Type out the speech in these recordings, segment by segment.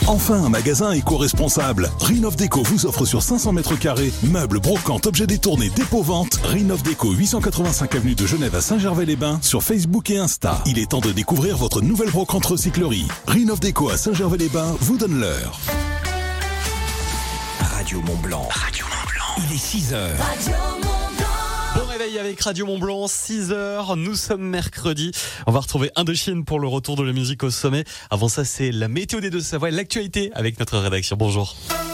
Enfin, un magasin éco-responsable. Rinov Déco vous offre sur 500 mètres carrés meubles, brocantes, objets détournés, dépôt-vente. Rinov Déco, 885 avenue de Genève à Saint-Gervais-les-Bains sur Facebook et Insta. Il est temps de découvrir votre nouvelle brocante recyclerie. Rinov Déco à Saint-Gervais-les-Bains vous donne l'heure. Radio Mont-Blanc. Radio Mont-Blanc. Il est 6h. Radio Mont-Blanc. Bon réveil avec Radio Mont-Blanc, 6h, nous sommes mercredi. On va retrouver Indochine pour le retour de la musique au sommet. Avant ça, c'est la météo des Deux-Savoie et l'actualité avec notre rédaction. Bonjour.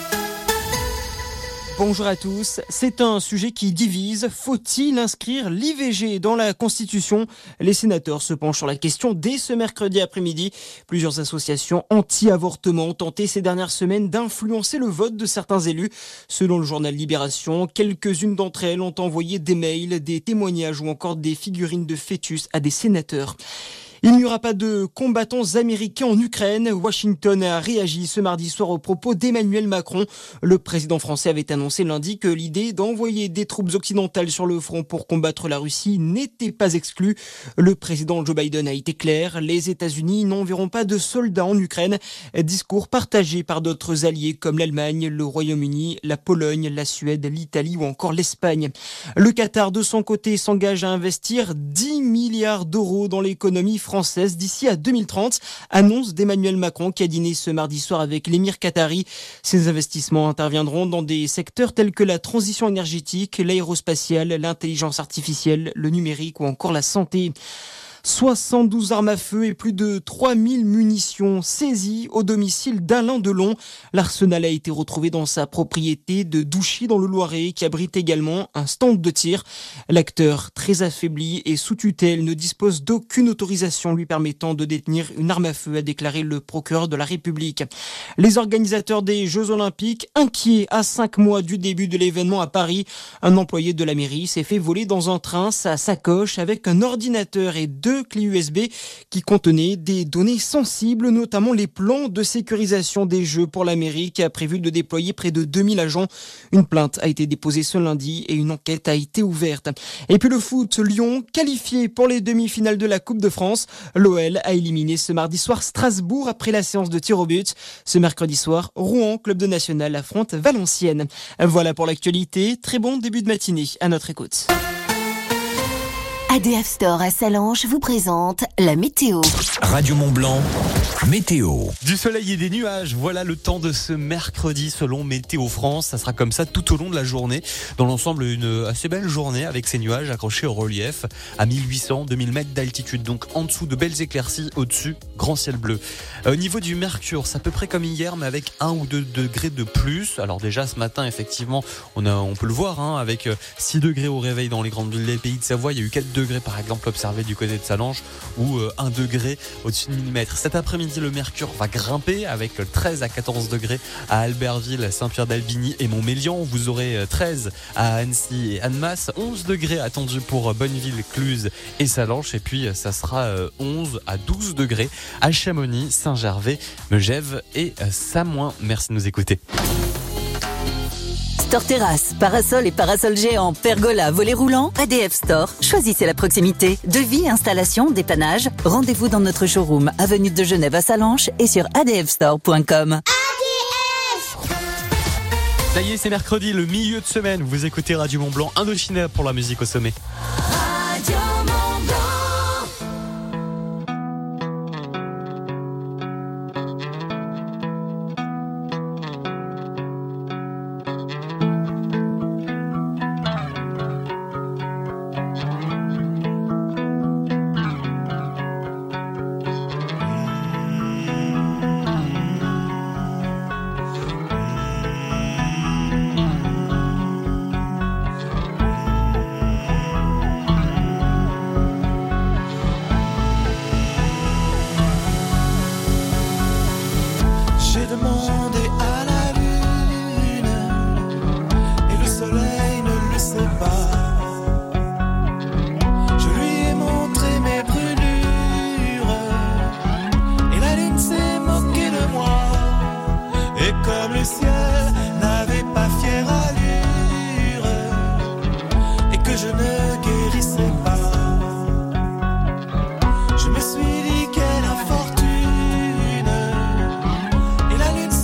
Bonjour à tous. C'est un sujet qui divise. Faut-il inscrire l'IVG dans la Constitution ? Les sénateurs se penchent sur la question dès ce mercredi après-midi. Plusieurs associations anti-avortement ont tenté ces dernières semaines d'influencer le vote de certains élus. Selon le journal Libération, quelques-unes d'entre elles ont envoyé des mails, des témoignages ou encore des figurines de fœtus à des sénateurs. Il n'y aura pas de combattants américains en Ukraine. Washington a réagi ce mardi soir aux propos d'Emmanuel Macron. Le président français avait annoncé lundi que l'idée d'envoyer des troupes occidentales sur le front pour combattre la Russie n'était pas exclue. Le président Joe Biden a été clair. Les États-Unis n'enverront pas de soldats en Ukraine. Discours partagé par d'autres alliés comme l'Allemagne, le Royaume-Uni, la Pologne, la Suède, l'Italie ou encore l'Espagne. Le Qatar, de son côté, s'engage à investir 10 milliards d'euros dans l'économie française d'ici à 2030, annonce d'Emmanuel Macron qui a dîné ce mardi soir avec l'émir qatari. Ces investissements interviendront dans des secteurs tels que la transition énergétique, l'aérospatiale, l'intelligence artificielle, le numérique ou encore la santé. 72 armes à feu et plus de 3000 munitions saisies au domicile d'Alain Delon. L'arsenal a été retrouvé dans sa propriété de Douchy dans le Loiret qui abrite également un stand de tir. L'acteur, très affaibli et sous tutelle, ne dispose d'aucune autorisation lui permettant de détenir une arme à feu, a déclaré le procureur de la République. Les organisateurs des Jeux Olympiques, inquiets à 5 mois du début de l'événement à Paris, un employé de la mairie s'est fait voler dans un train sa sacoche avec un ordinateur et 2 clés USB qui contenaient des données sensibles, notamment les plans de sécurisation des Jeux pour la mairie qui a prévu de déployer près de 2000 agents. Une plainte a été déposée ce lundi et une enquête a été ouverte. Et puis le foot, Lyon qualifié pour les demi-finales de la Coupe de France. L'OL a éliminé ce mardi soir Strasbourg après la séance de tir au but. Ce mercredi soir, Rouen, club de national, affronte Valenciennes. Voilà pour l'actualité. Très bon début de matinée. À notre écoute. ADF Store à Sallanches vous présente la météo. Radio Mont-Blanc, météo. Du soleil et des nuages, voilà le temps de ce mercredi selon Météo France. Ça sera comme ça tout au long de la journée. Dans l'ensemble, une assez belle journée avec ces nuages accrochés au relief à 1800-2000 mètres d'altitude. Donc en dessous, de belles éclaircies, au-dessus, grand ciel bleu. Au niveau du mercure, c'est à peu près comme hier, mais avec 1 ou 2 degrés de plus. Alors déjà ce matin, effectivement, on peut le voir, avec 6 degrés au réveil dans les grandes villes des Pays de Savoie. Il y a eu 4 degrés par exemple observé du côté de Sallanches ou 1 degré au-dessus de 1000 mètres. Cet après-midi, le mercure va grimper avec 13 à 14 degrés à Albertville, Saint-Pierre-d'Albigny et Montmélian. Vous aurez 13 à Annecy et Annemasse, 11 degrés attendus pour Bonneville, Cluses et Sallanches. Et puis ça sera 11 à 12 degrés à Chamonix, Saint-Gervais, Megève et Samoin. Merci de nous écouter. Store terrasse, parasol et parasol géant, pergola, volet roulant, ADF Store. Choisissez la proximité. Devis, installation, dépannage. Rendez-vous dans notre showroom, avenue de Genève à Sallanches et sur adfstore.com. Ça y est, c'est mercredi, le milieu de semaine. Vous écoutez Radio Mont-Blanc, Indochine pour la musique au sommet. Radio Mont-Blanc. Je me suis dit quelle infortune, et la lune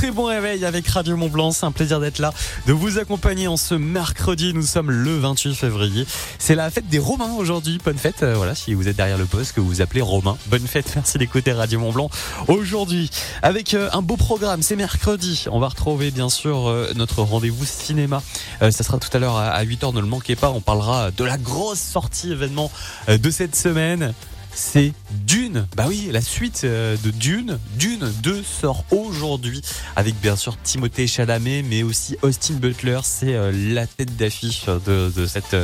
très bon réveil avec Radio Mont-Blanc. C'est un plaisir d'être là, de vous accompagner en ce mercredi. Nous sommes le 28 février. C'est la fête des Romains aujourd'hui. Bonne fête. Voilà, si vous êtes derrière le poste, que vous vous appelez Romain. Bonne fête. Merci d'écouter Radio Mont-Blanc aujourd'hui. Avec un beau programme. C'est mercredi. On va retrouver bien sûr notre rendez-vous cinéma. Ça sera tout à l'heure à 8h. Ne le manquez pas. On parlera de la grosse sortie événement de cette semaine. C'est Dune. Bah oui, la suite de Dune. Dune 2 sort aujourd'hui avec bien sûr Timothée Chalamet, mais aussi Austin Butler. C'est la tête d'affiche de cette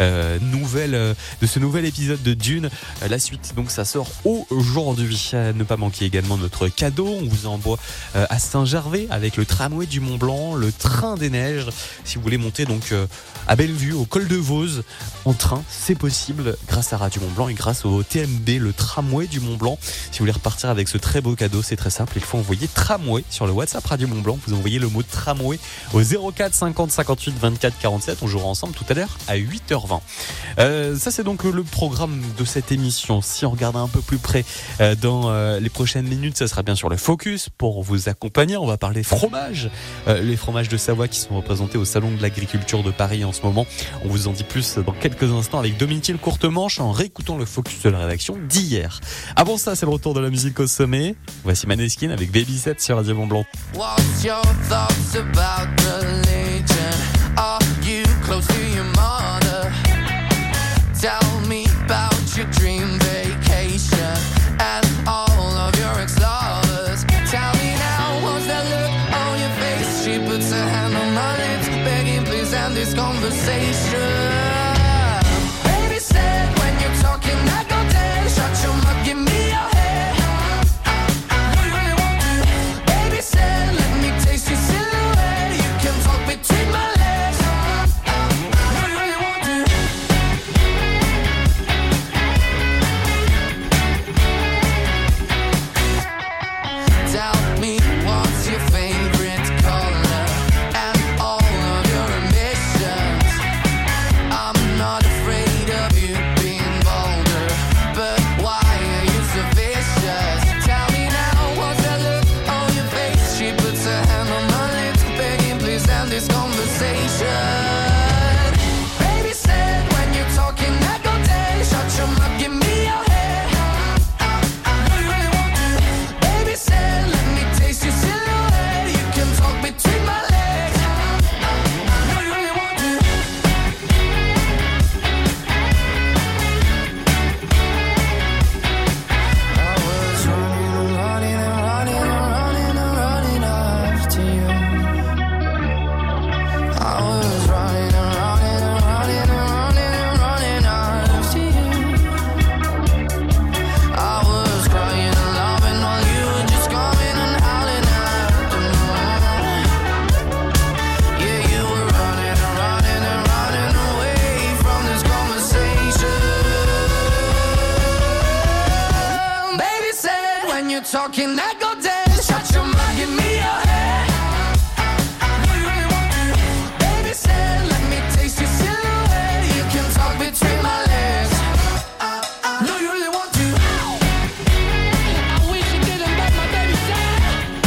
de ce nouvel épisode de Dune. La suite, donc, ça sort aujourd'hui. Ne pas manquer également notre cadeau. On vous envoie à Saint-Gervais avec le tramway du Mont-Blanc, le train des neiges. Si vous voulez monter donc à Bellevue, au col de Vose, en train, c'est possible grâce à Radio Mont-Blanc et grâce au TMB, le tramway du Mont-Blanc. Si vous voulez repartir avec ce très beau cadeau, c'est très simple. Il faut envoyer tramway sur le WhatsApp Radio Mont-Blanc. Vous envoyez le mot tramway au 04 50 58 24 47. On jouera ensemble tout à l'heure à 8h20. Ça, c'est donc le programme de cette émission. Si on regarde un peu plus près dans les prochaines minutes, ça sera bien sûr le focus pour vous accompagner. On va parler fromage. Les fromages de Savoie qui sont représentés au Salon de l'Agriculture de Paris en ce moment. On vous en dit plus dans quelques instants avec Domitil Courtemanche en réécoutant le focus de la rédaction d'hier. Avant ça, c'est le retour de la musique au sommet. Voici Maneskin avec Baby 7 sur Radio Mont-Blanc. What's your thoughts about religion? Are you close to your mother? Tell me about your dream vacation and all of your ex-lovers. Tell me now, what's that look on your face? She puts her hand on my lips, begging please end this conversation. Baby said when you're talking I go dead. Shut your mouth, give me your head. Do you really want to? Baby said let me taste your silhouette. You can talk between my legs. Do you really want to? Tell me what's your favorite color and all of your ambitions. I'm not afraid of you being vulgar, but why are you so vicious? Tell me now, what's that look on your face? She puts her hand on my lips, begging please end this conversation. Baby said when you're talking I go dead. Shut your mouth, give me your head. Do you really want to? Baby said let me taste your silhouette. You can talk between my legs. Do you really want to? I was running after you. I was running after you. I was crying and loving while you were just coming and howling after me. Yeah, you were running away from this conversation. Baby said when you're talking I go dead. Shut your mouth, give me your head. Do you really want to? Baby said let me taste your silhouette. You can talk between my legs. Do you really want to? I wish you didn't, but my baby said.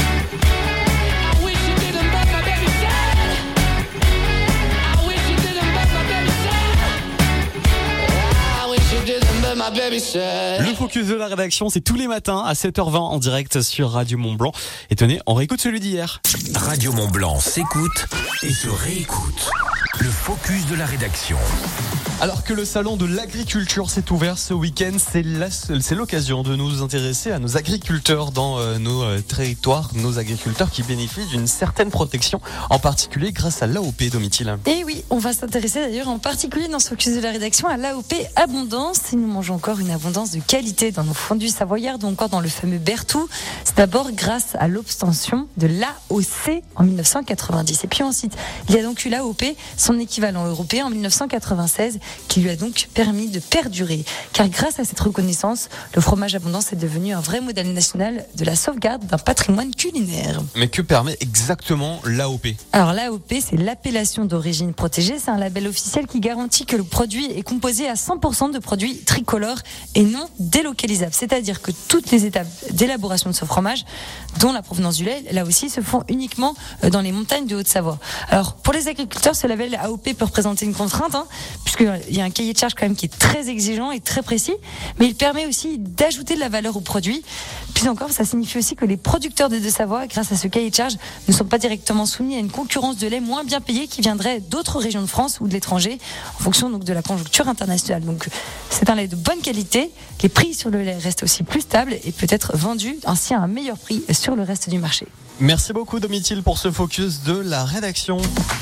I wish you didn't, but my baby said. I wish you didn't, but my baby said. I wish you didn't, but my baby said. Le focus de la rédaction, c'est tous les matins à 7h20 en direct sur Radio Mont-Blanc. Et tenez, on réécoute celui d'hier. Radio Mont-Blanc s'écoute et se réécoute. Le focus de la rédaction. Alors que le salon de l'agriculture s'est ouvert ce week-end, c'est l'occasion de nous intéresser à nos agriculteurs dans nos territoires, nos agriculteurs qui bénéficient d'une certaine protection, en particulier grâce à l'AOP, Domitil. Et oui, on va s'intéresser d'ailleurs en particulier dans ce focus de la rédaction à l'AOP Abondance. Et nous mangeons encore une abondance de qualité dans nos fondus savoyardes ou encore dans le fameux Berthoud. C'est d'abord grâce à l'obtention de l'AOC en 1990. Et puis ensuite, il y a donc eu l'AOP, son équivalent européen en 1996. qui lui a donc permis de perdurer. Car grâce à cette reconnaissance, le fromage Abondance est devenu un vrai modèle national de la sauvegarde d'un patrimoine culinaire. Mais que permet exactement l'AOP ? Alors l'AOP, c'est l'appellation d'origine protégée. C'est un label officiel qui garantit que le produit est composé à 100% de produits tricolores et non délocalisables. C'est-à-dire que toutes les étapes d'élaboration de ce fromage, dont la provenance du lait, là aussi, se font uniquement dans les montagnes de Haute-Savoie. Alors pour les agriculteurs, ce label AOP peut représenter une contrainte, puisqu'il y a un cahier de charge quand même qui est très exigeant et très précis, mais il permet aussi d'ajouter de la valeur au produit. Puis encore, ça signifie aussi que les producteurs de Deux-Savoie, grâce à ce cahier de charge, ne sont pas directement soumis à une concurrence de lait moins bien payé qui viendrait d'autres régions de France ou de l'étranger, en fonction donc de la conjoncture internationale. Donc c'est un lait de bonne qualité, les prix sur le lait restent aussi plus stables et peut être vendu ainsi à un meilleur prix sur le reste du marché. Merci beaucoup Domitil pour ce focus de la rédaction.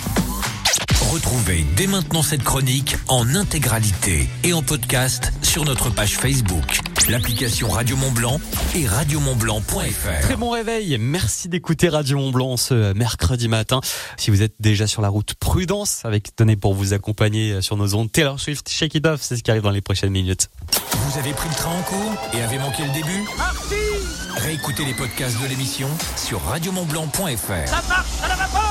Retrouvez dès maintenant cette chronique en intégralité et en podcast sur notre page Facebook, l'application Radio Mont-Blanc et radiomontblanc.fr. Très bon réveil, merci d'écouter Radio Mont-Blanc ce mercredi matin. Si vous êtes déjà sur la route, prudence, avec tenez pour vous accompagner sur nos ondes Taylor Swift, Shake It Off, c'est ce qui arrive dans les prochaines minutes. Vous avez pris le train en cours et avez manqué le début ? Réécoutez les podcasts de l'émission sur radiomontblanc.fr. Ça marche, ça ne va pas.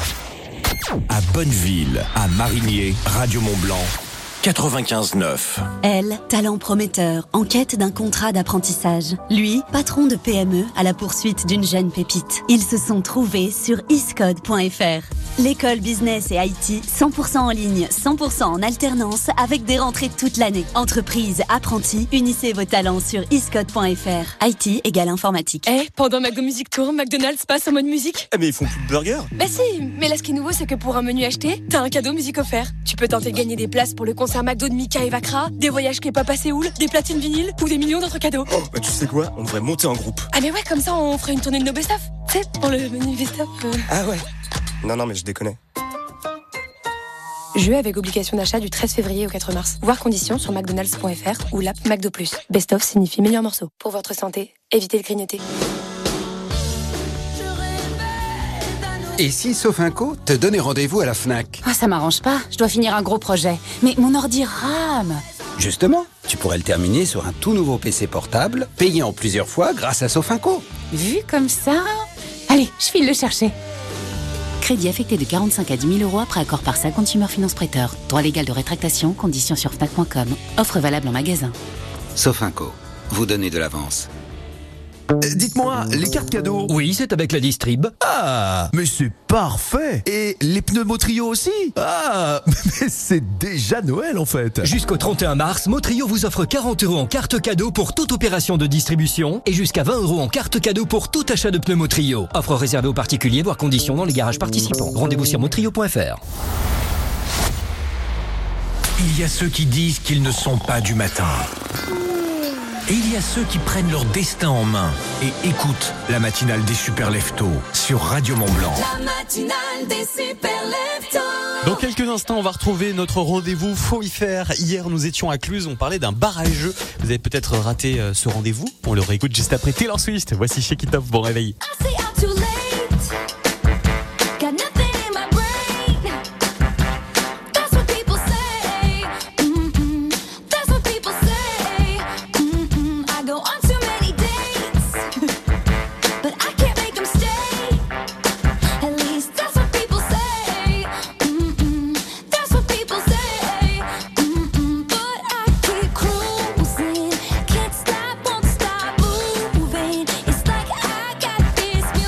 À Bonneville, à Marigné, Radio Mont-Blanc, 95.9. Elle, talent prometteur, en quête d'un contrat d'apprentissage. Lui, patron de PME à la poursuite d'une jeune pépite. Ils se sont trouvés sur iscode.fr. L'école business et IT, 100% en ligne, 100% en alternance, avec des rentrées toute l'année. Entreprise, apprentis, unissez vos talents sur iscode.fr. IT égale informatique. Pendant McDo Music Tour, McDonald's passe en mode musique. Mais ils font plus de burgers. Bah si, mais là ce qui est nouveau c'est que pour un menu acheté, t'as un cadeau musique offert. Tu peux tenter de gagner des places pour le concert McDo de Mika et Vakra, des voyages K-pop à Séoul, des platines vinyles ou des millions d'autres cadeaux. Bah tu sais quoi, on devrait monter en groupe. Ah mais ouais, comme ça on ferait une tournée de nos best-of. Tu sais, pour le menu best-of. Ah ouais. Non mais je déconne. Jeu avec obligation d'achat du 13 février au 4 mars. Voir conditions sur mcdonalds.fr ou l'app McDo+. Best-of signifie meilleur morceau. Pour votre santé, évitez le grignoter. Et si Sofinco te donnait rendez-vous à la Fnac ? Ça m'arrange pas, je dois finir un gros projet. Mais mon ordi rame. Justement, tu pourrais le terminer sur un tout nouveau PC portable, payé en plusieurs fois grâce à Sofinco. Vu comme ça... Allez, je file le chercher. Crédit affecté de 45 à 10 000 euros après accord par sa Consumer Finance Prêteur. Droit légal de rétractation, conditions sur Fnac.com. Offre valable en magasin. Sofinco, vous donnez de l'avance. Dites-moi, les cartes cadeaux. Oui, c'est avec la Distrib. Ah, mais c'est parfait. Et les pneus Motrio aussi. Ah, mais c'est déjà Noël en fait. Jusqu'au 31 mars, Motrio vous offre 40 € en carte cadeau pour toute opération de distribution et jusqu'à 20 € en carte cadeau pour tout achat de pneus Motrio. Offre réservée aux particuliers, voire conditions dans les garages participants. Rendez-vous sur motrio.fr. Il y a ceux qui disent qu'ils ne sont pas du matin. Et il y a ceux qui prennent leur destin en main et écoutent la matinale des Super Leftos sur Radio Mont-Blanc. La matinale des Super Leftos. Dans quelques instants, on va retrouver notre rendez-vous Faut y faire. Hier, nous étions à Cluse, on parlait d'un bar à jeux. Vous avez peut-être raté ce rendez-vous. On le réécoute juste après Taylor Swift. Voici Shake It Off, bon réveil. Can't stop, won't stop moving. It's like I got this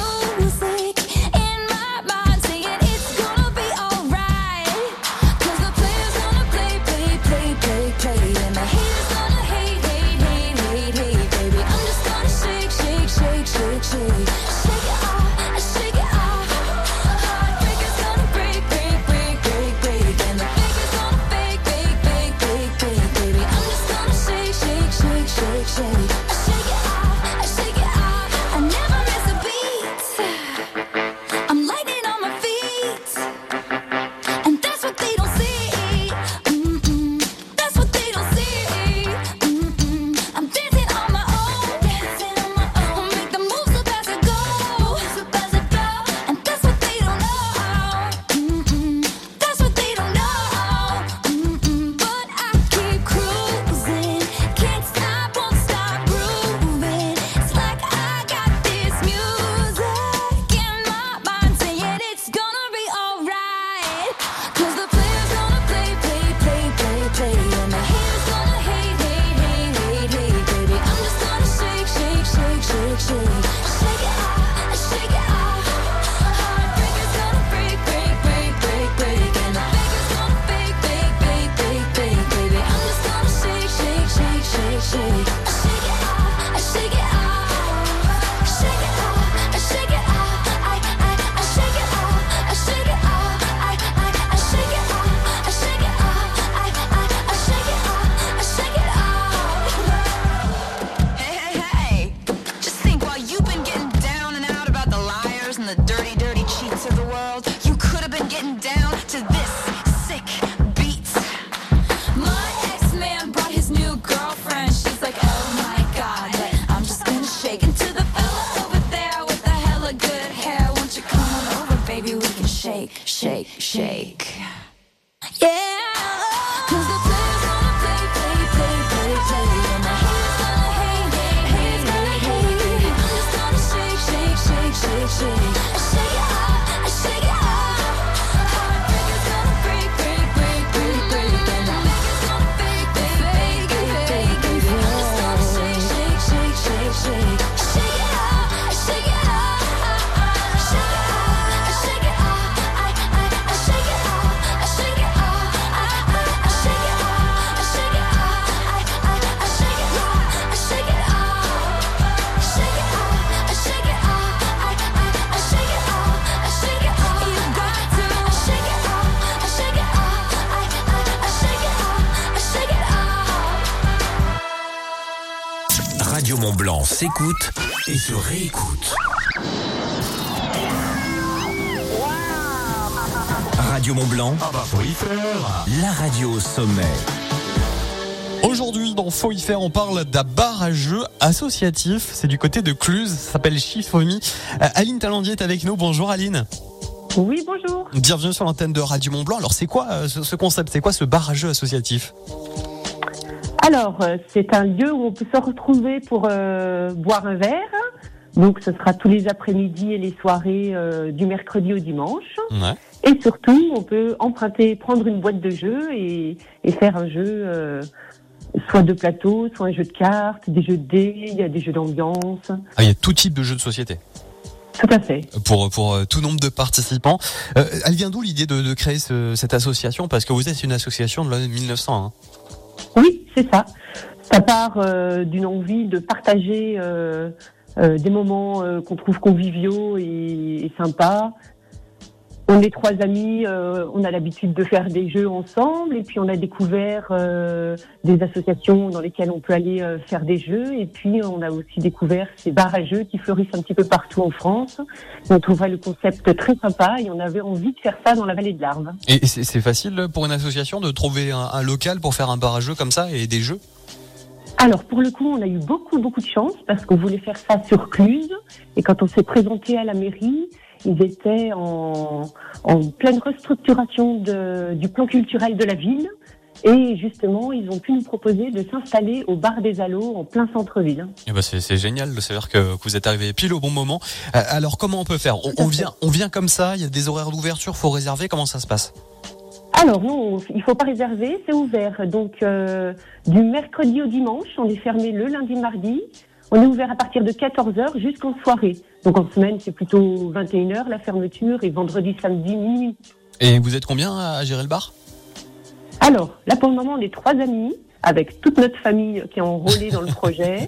shake, shake. Yeah. 'Cause the players gonna play, play, play, play, play. And my haters gonna hate, hate, hate, hate, hate. I'm just gonna shake, shake, shake, shake, shake. I shake it off, I shake it off. Heartbreakers gonna break, break, break, break, break. And the makers gonna fake, fake, fake, fake, fake. I'm just gonna shake, shake, shake, shake, shake. I shake it off, I shake it off. I shake it off, I shake it off. I shake it off, I shake it off. I shake it off, I shake it off. I shake it off, I shake it off. Shake it off, I shake it off. I shake it off, I shake it off. You got to shake it off, I shake it off. I shake it off, I shake it off. Radio Mont Blanc s'écoute et se réécoute. Radio Mont Blanc, faut y faire. la radio au sommet. Aujourd'hui, dans Faut y faire, on parle d'un bar à jeux associatif. C'est du côté de Cluse, ça s'appelle Chifomi. Aline Talandier est avec nous. Bonjour Aline. Oui, bonjour. Bienvenue sur l'antenne de Radio Mont Blanc. Alors c'est quoi ce concept? C'est quoi ce bar à jeux associatif? Alors, c'est un lieu où on peut se retrouver pour boire un verre. Donc, ce sera tous les après-midi et les soirées du mercredi au dimanche. Ouais. Et surtout, on peut prendre une boîte de jeux et faire un jeu, soit de plateau, soit un jeu de cartes, des jeux de dés, il y a des jeux d'ambiance. Ah, il y a tout type de jeux de société. Tout à fait. Pour tout nombre de participants. Elle vient d'où l'idée de créer cette association? Parce que vous êtes une association de l'année 1900. Hein. Oui, c'est ça. Ça part d'une envie de partager des moments qu'on trouve conviviaux et sympas. On est trois amis, on a l'habitude de faire des jeux ensemble et puis on a découvert des associations dans lesquelles on peut aller faire des jeux et puis on a aussi découvert ces bars à jeux qui fleurissent un petit peu partout en France. On trouvait le concept très sympa et on avait envie de faire ça dans la vallée de l'Arve. Et c'est facile pour une association de trouver un local pour faire un bar à jeux comme ça et des jeux? Alors, pour le coup, on a eu beaucoup de chance parce qu'on voulait faire ça sur Cluse. Et quand on s'est présenté à la mairie, ils étaient en pleine restructuration du plan culturel de la ville. Et justement, ils ont pu nous proposer de s'installer au bar des Allos en plein centre-ville. Et ben c'est génial de savoir que vous êtes arrivé pile au bon moment. Alors, comment on peut faire? On vient comme ça, il y a des horaires d'ouverture, faut réserver, comment ça se passe? Alors non, il faut pas réserver, c'est ouvert. Donc du mercredi au dimanche, on est fermé le lundi, mardi. On est ouvert à partir de 14h jusqu'en soirée. Donc en semaine, c'est plutôt 21h la fermeture et vendredi, samedi, minuit. Et vous êtes combien à gérer le bar? Alors là pour le moment, on est trois amis avec toute notre famille qui est enrôlée dans le projet,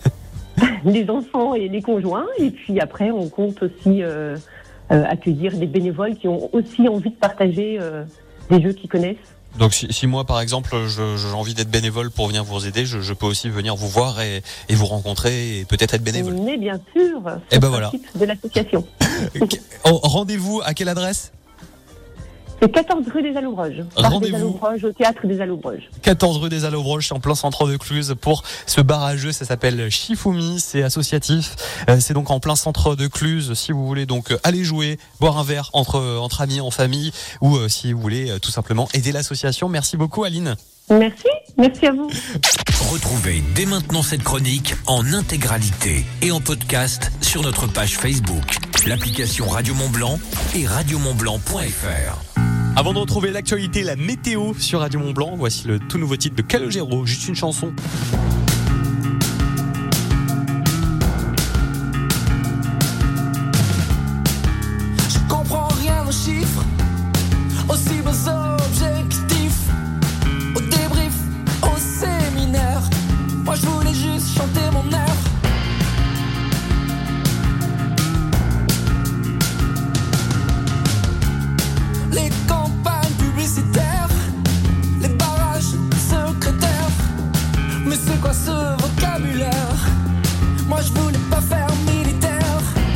les enfants et les conjoints. Et puis après, on compte aussi accueillir des bénévoles qui ont aussi envie de partager des jeux qu'ils connaissent. Donc si moi par exemple j'ai envie d'être bénévole pour venir vous aider, je peux aussi venir vous voir et vous rencontrer et peut-être être bénévole. Mais bien sûr, c'est le principe de l'association. Rendez-vous à quelle adresse? C'est 14 rue des Allobroges. Rendez-vous des Allobroges, au théâtre des Allobroges. 14 rue des Allobroges, c'est en plein centre de Cluse pour ce bar à jeux. Ça s'appelle Chifoumi, c'est associatif. C'est donc en plein centre de Cluse. Si vous voulez donc aller jouer, boire un verre entre amis, en famille, ou si vous voulez tout simplement aider l'association. Merci beaucoup, Aline. Merci à vous. Retrouvez dès maintenant cette chronique en intégralité et en podcast sur notre page Facebook, l'application Radio Mont Blanc et radiomontblanc.fr. Avant de retrouver l'actualité, la météo sur Radio Mont Blanc, voici le tout nouveau titre de Calogero, juste une chanson. Je comprends rien aux chiffres, aussi beaux objectifs, au débrief, au séminaire. Moi je voulais juste chanter mon air. Les campagnes publicitaires, les barrages secrétaires. Mais c'est quoi ce vocabulaire? Moi je voulais pas faire militaire.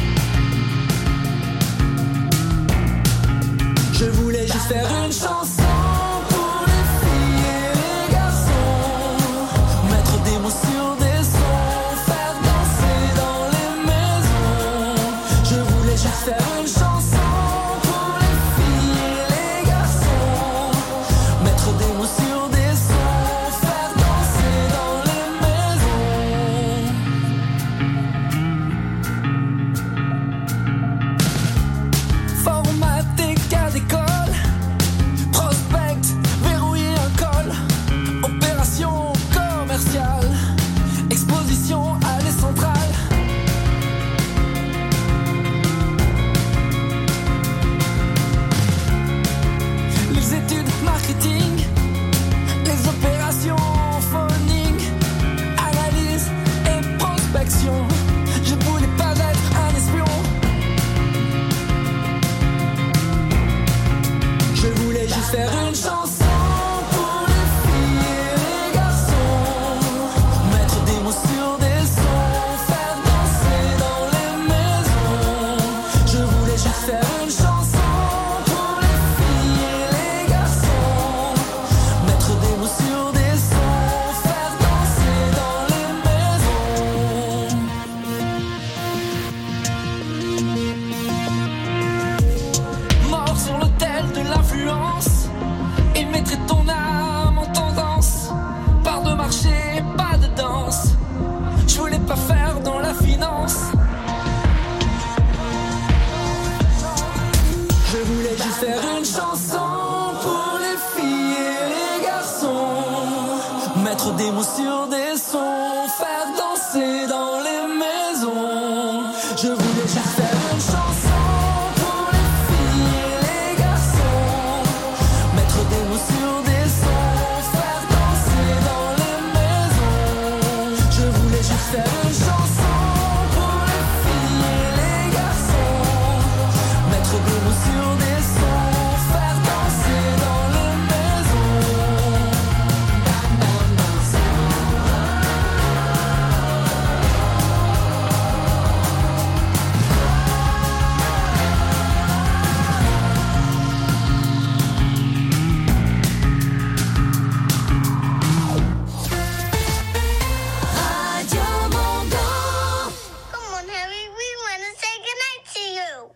Je voulais juste faire une chanson pour les filles et les garçons. Mettre des mots sur des sons, faire danser dans les maisons. Je voulais juste faire une chanson pour les filles et études marketing, les opérations phoning, analyse et prospection. Je voulais pas être un espion. Je voulais juste faire une chanson pour les filles et les garçons, mettre des mots sur des sons, faire danser dans les maisons. Je voulais juste faire une chanson pour les filles et les garçons, mettre des mots sur des sons, faire danser dans les maisons. Mort sur l'autel de l'influence, il mettrait ton âme en tendance. Part de marché, pas de danse. Je voulais pas faire dans la finance. Je voulais juste faire une chanson pour les filles et les garçons, mettre des mots sur des sons, faire danser dans les maisons. Je voulais juste faire une chanson pour les filles et les garçons, mettre des mots sur des sons, faire danser dans les maisons. Je voulais juste faire une chanson pour les filles et les garçons, mettre des mots sur des sons, faire danser dans les maisons. Radio Mondo. Come on, Harry, we want to say goodnight to you.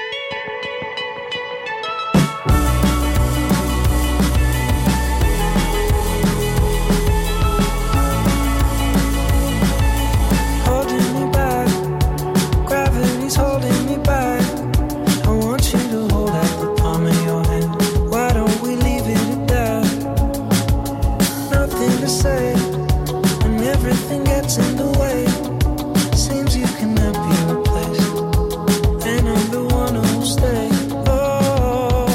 Holding me back, gravity's holding me back. I want you to hold out the palm of your hand. Why don't we leave it at that? Nothing to say, and everything gets in the way. Seems you cannot be replaced, and I'm the one who'll stay. Oh,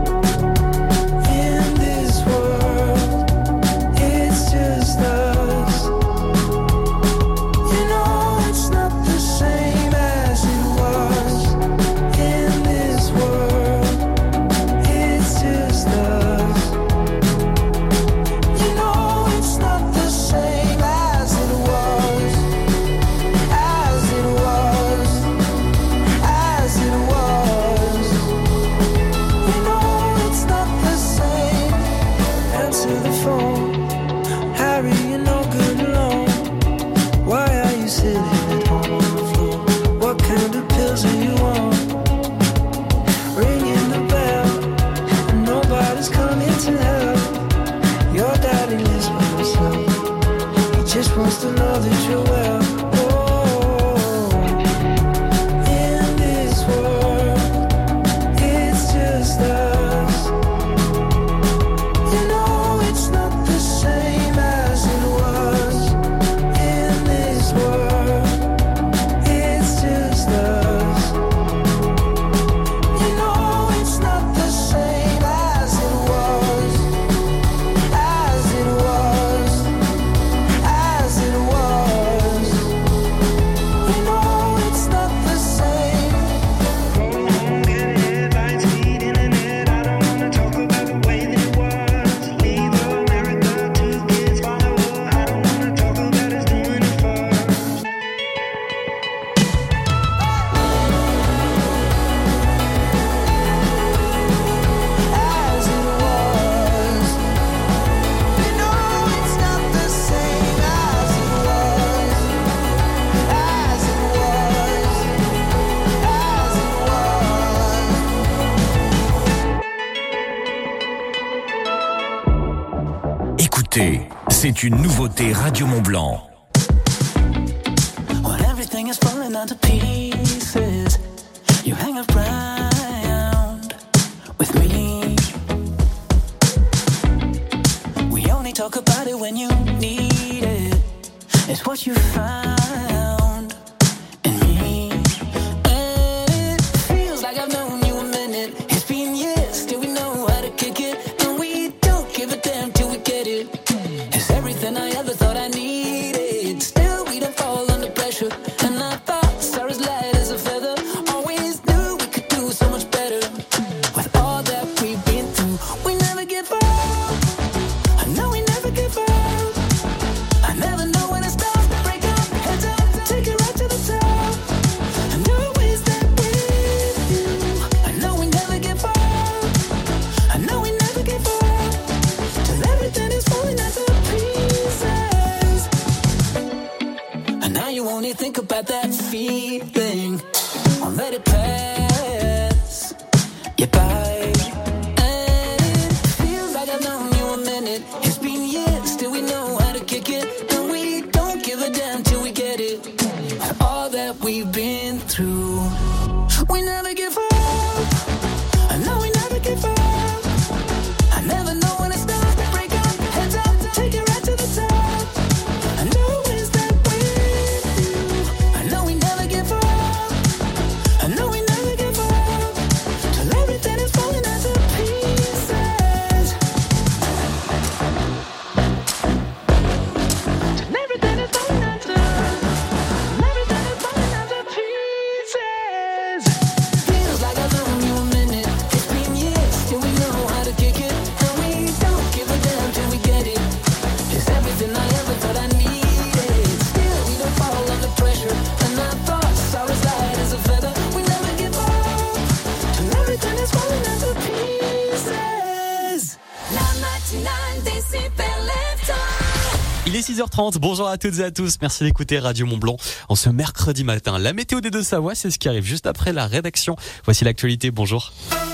in this world, it's just us. You know it's not the same as it was. In this world, it's just us. You know it's not the same as it was. As it was. As it was. You know it's not the same. Answer the phone. Harry, you're no good alone. Why are you sitting at home on the floor? What kind of pills are you on? Ringing the bell, and nobody's coming to help. Your daddy lives by himself. He just wants to know that you're well. Oh, in this world, it's just us. You know it's not the same as it was. In this world, it's just us. You know it's not the same as it was. As it was. As it was. You know it's not the same. Get headlines, feed internet. I don't wanna talk about the way that it was. Leave America, 2 kids follow her. I don't wanna talk about us doing it first. As it was. You know it's not the same as it was. As it was. As it was. Écoutez, c'est une nouveauté Radio Mont Blanc. When everything is falling into pieces, you hang around with me. We only talk about it when you need it. It's what you found in me. And it feels like I've known you a minute. It's been years, still we know how to kick it. think about that feeling. Won't let it pass you by. And it feels like I've known you a minute. It's been years, still we know how to kick it. And we don't give a damn till we get it. All that we've been through, we never give up. I know we never give up. I never know when to stop, break up, heads up, take it right to the top. I know it's that with you. I know we never give up. I know we never give up. Till everything is falling into pieces. Till everything is falling into. Everything is falling into pieces. Feels like I've known you a minute. It's been years till we know how to kick it. And we don't give a damn till we get it. It's everything I ever thought I needed. Still we don't fall under pressure. And our thoughts are as light as a feather. We never give up. Till everything is falling into pieces. La matinale des super leftos. Il est 6h30, bonjour à toutes et à tous, merci d'écouter Radio Mont-Blanc en ce mercredi matin. La météo des Deux-Savoie, c'est ce qui arrive juste après la rédaction. Voici l'actualité, bonjour.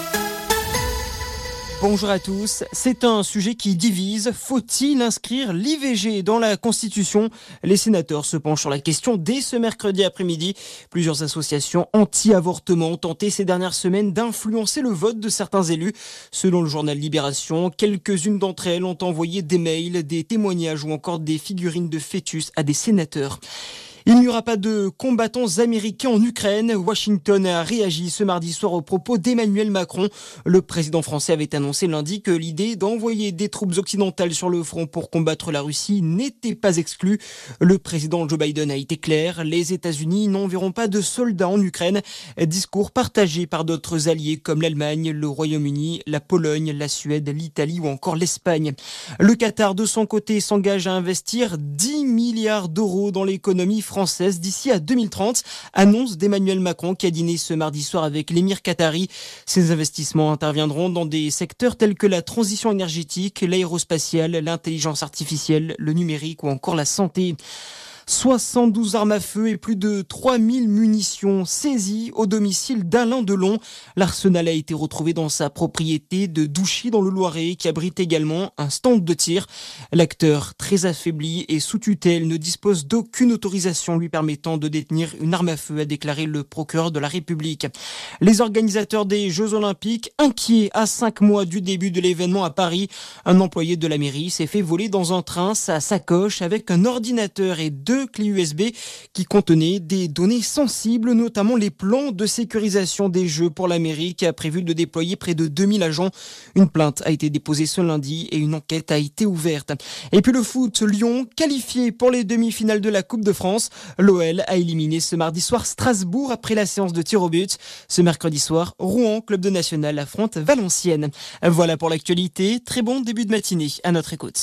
Bonjour à tous. C'est un sujet qui divise. Faut-il inscrire l'IVG dans la Constitution ? Les sénateurs se penchent sur la question dès ce mercredi après-midi. Plusieurs associations anti-avortement ont tenté ces dernières semaines d'influencer le vote de certains élus. Selon le journal Libération, quelques-unes d'entre elles ont envoyé des mails, des témoignages ou encore des figurines de fœtus à des sénateurs. Il n'y aura pas de combattants américains en Ukraine. Washington a réagi ce mardi soir aux propos d'Emmanuel Macron. Le président français avait annoncé lundi que l'idée d'envoyer des troupes occidentales sur le front pour combattre la Russie n'était pas exclue. Le président Joe Biden a été clair. Les États-Unis n'enverront pas de soldats en Ukraine. Discours partagé par d'autres alliés comme l'Allemagne, le Royaume-Uni, la Pologne, la Suède, l'Italie ou encore l'Espagne. Le Qatar, de son côté, s'engage à investir 10 milliards d'euros dans l'économie française d'ici à 2030, annonce d'Emmanuel Macron qui a dîné ce mardi soir avec l'émir qatari. Ces investissements interviendront dans des secteurs tels que la transition énergétique, l'aérospatiale, l'intelligence artificielle, le numérique ou encore la santé. 72 armes à feu et plus de 3000 munitions saisies au domicile d'Alain Delon. L'arsenal a été retrouvé dans sa propriété de Douchy dans le Loiret, qui abrite également un stand de tir. L'acteur, très affaibli et sous tutelle, ne dispose d'aucune autorisation lui permettant de détenir une arme à feu, a déclaré le procureur de la République. Les organisateurs des Jeux Olympiques, inquiets à 5 mois du début de l'événement à Paris, un employé de la mairie s'est fait voler dans un train sa sacoche avec un ordinateur et 2 clés USB qui contenaient des données sensibles, notamment les plans de sécurisation des Jeux pour la mairie qui a prévu de déployer près de 2000 agents. Une plainte a été déposée ce lundi et une enquête a été ouverte. Et puis le foot, Lyon qualifié pour les demi-finales de la Coupe de France. L'OL a éliminé ce mardi soir Strasbourg après la séance de tir au but. Ce mercredi soir, Rouen, club de national, affronte Valenciennes. Voilà pour l'actualité. Très bon début de matinée. À notre écoute.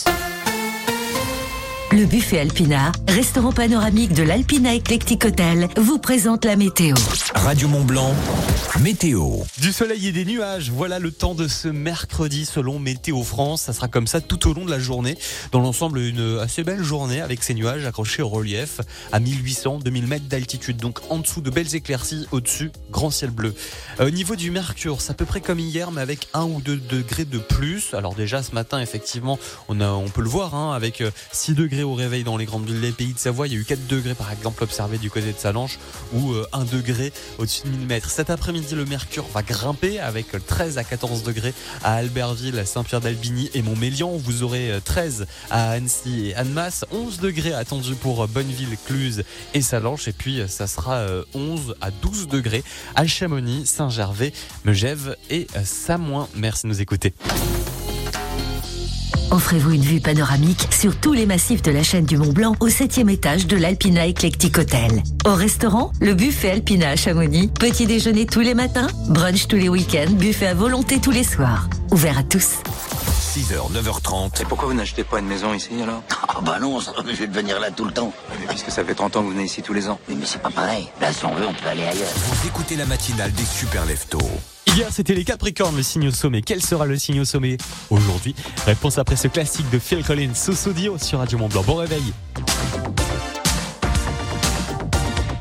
Le buffet Alpina, restaurant panoramique de l'Alpina Eclectic Hotel, vous présente la météo. Radio Mont-Blanc, météo. Du soleil et des nuages, voilà le temps de ce mercredi selon Météo France. Ça sera comme ça tout au long de la journée. Dans l'ensemble, une assez belle journée avec ces nuages accrochés au relief à 1800-2000 mètres d'altitude. Donc en dessous de belles éclaircies, au-dessus, grand ciel bleu. Au niveau du mercure, c'est à peu près comme hier, mais avec 1 ou 2 degrés de plus. Alors déjà ce matin, effectivement, on peut le voir, avec 6 degrés au réveil dans les grandes villes des Pays de Savoie. Il y a eu 4 degrés par exemple observés du côté de Salanches ou 1 degré au-dessus de 1000 mètres. Cet après-midi, le mercure va grimper avec 13 à 14 degrés à Albertville, Saint-Pierre-d'Albigny et Montmélian. Vous aurez 13 à Annecy et Annemasse, 11 degrés attendus pour Bonneville, Cluse et Salanches. Et puis ça sera 11 à 12 degrés à Chamonix, Saint-Gervais, Megève et Samoin. Merci de nous écouter. Offrez-vous une vue panoramique sur tous les massifs de la chaîne du Mont-Blanc au 7e étage de l'Alpina Eclectic Hotel. Au restaurant, le buffet Alpina à Chamonix. Petit déjeuner tous les matins, brunch tous les week-ends, buffet à volonté tous les soirs. Ouvert à tous. 6h, 9h30. Et pourquoi vous n'achetez pas une maison ici alors? Ah bah non, je vais venir là tout le temps. Mais puisque ça fait 30 ans que vous venez ici tous les ans. Oui, mais c'est pas pareil. Là, si on veut, on peut aller ailleurs. Vous écoutez la matinale des super leftos. Hier, c'était les Capricornes, le signe au sommet. Quel sera le signe au sommet aujourd'hui? Réponse après ce classique de Phil Collins, Sussudio sur Radio Mont-Blanc. Bon réveil.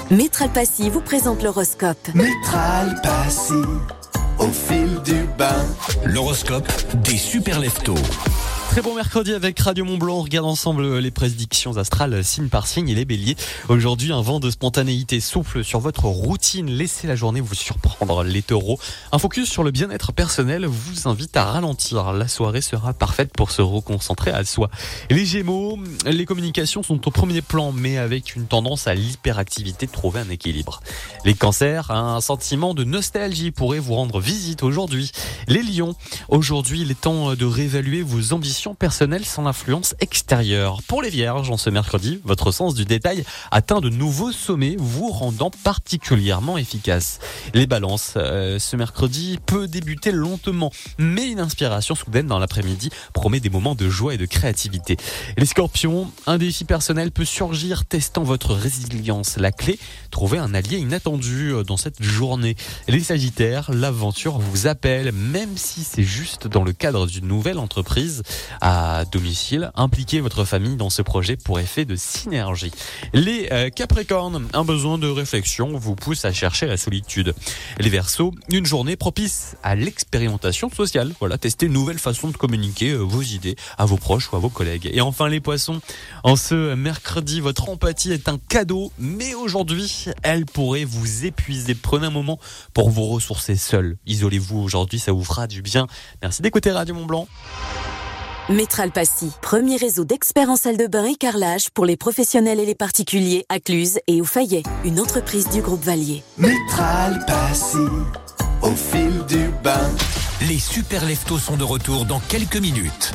Métral Passy vous présente l'horoscope. Métral Passy, au fil du bain. L'horoscope des super leftos. Très bon mercredi avec Radio Mont-Blanc. On regarde ensemble les prédictions astrales signe par signe et les béliers. Aujourd'hui, un vent de spontanéité souffle sur votre routine. Laissez la journée vous surprendre. Les taureaux, un focus sur le bien-être personnel vous invite à ralentir. La soirée sera parfaite pour se reconcentrer à soi. Les gémeaux, les communications sont au premier plan, mais avec une tendance à l'hyperactivité, trouver un équilibre. Les cancers, un sentiment de nostalgie pourrait vous rendre visite aujourd'hui. Les lions, aujourd'hui, il est temps de réévaluer vos ambitions personnelle sans l'influence extérieure. Pour les vierges, en ce mercredi, votre sens du détail atteint de nouveaux sommets, vous rendant particulièrement efficace. Les balances, ce mercredi peut débuter lentement, mais une inspiration soudaine dans l'après-midi promet des moments de joie et de créativité. Les scorpions, un défi personnel peut surgir testant votre résilience. La clé, trouver un allié inattendu dans cette journée. Les sagittaires, l'aventure vous appelle, même si c'est juste dans le cadre d'une nouvelle entreprise. À domicile, impliquez votre famille dans ce projet pour effet de synergie. Les Capricornes, un besoin de réflexion vous pousse à chercher la solitude. Les Verseaux, une journée propice à l'expérimentation sociale. Voilà, tester une nouvelle façon de communiquer vos idées à vos proches ou à vos collègues. Et enfin les Poissons, en ce mercredi, votre empathie est un cadeau, mais aujourd'hui, elle pourrait vous épuiser. Prenez un moment pour vous ressourcer seul. Isolez-vous aujourd'hui, ça vous fera du bien. Merci d'écouter Radio Mont-Blanc. Métral Passy, premier réseau d'experts en salle de bain et carrelage pour les professionnels et les particuliers à Cluse et au Fayet, une entreprise du groupe Valier. Métral Passy, au fil du bain. Les super leftos sont de retour dans quelques minutes.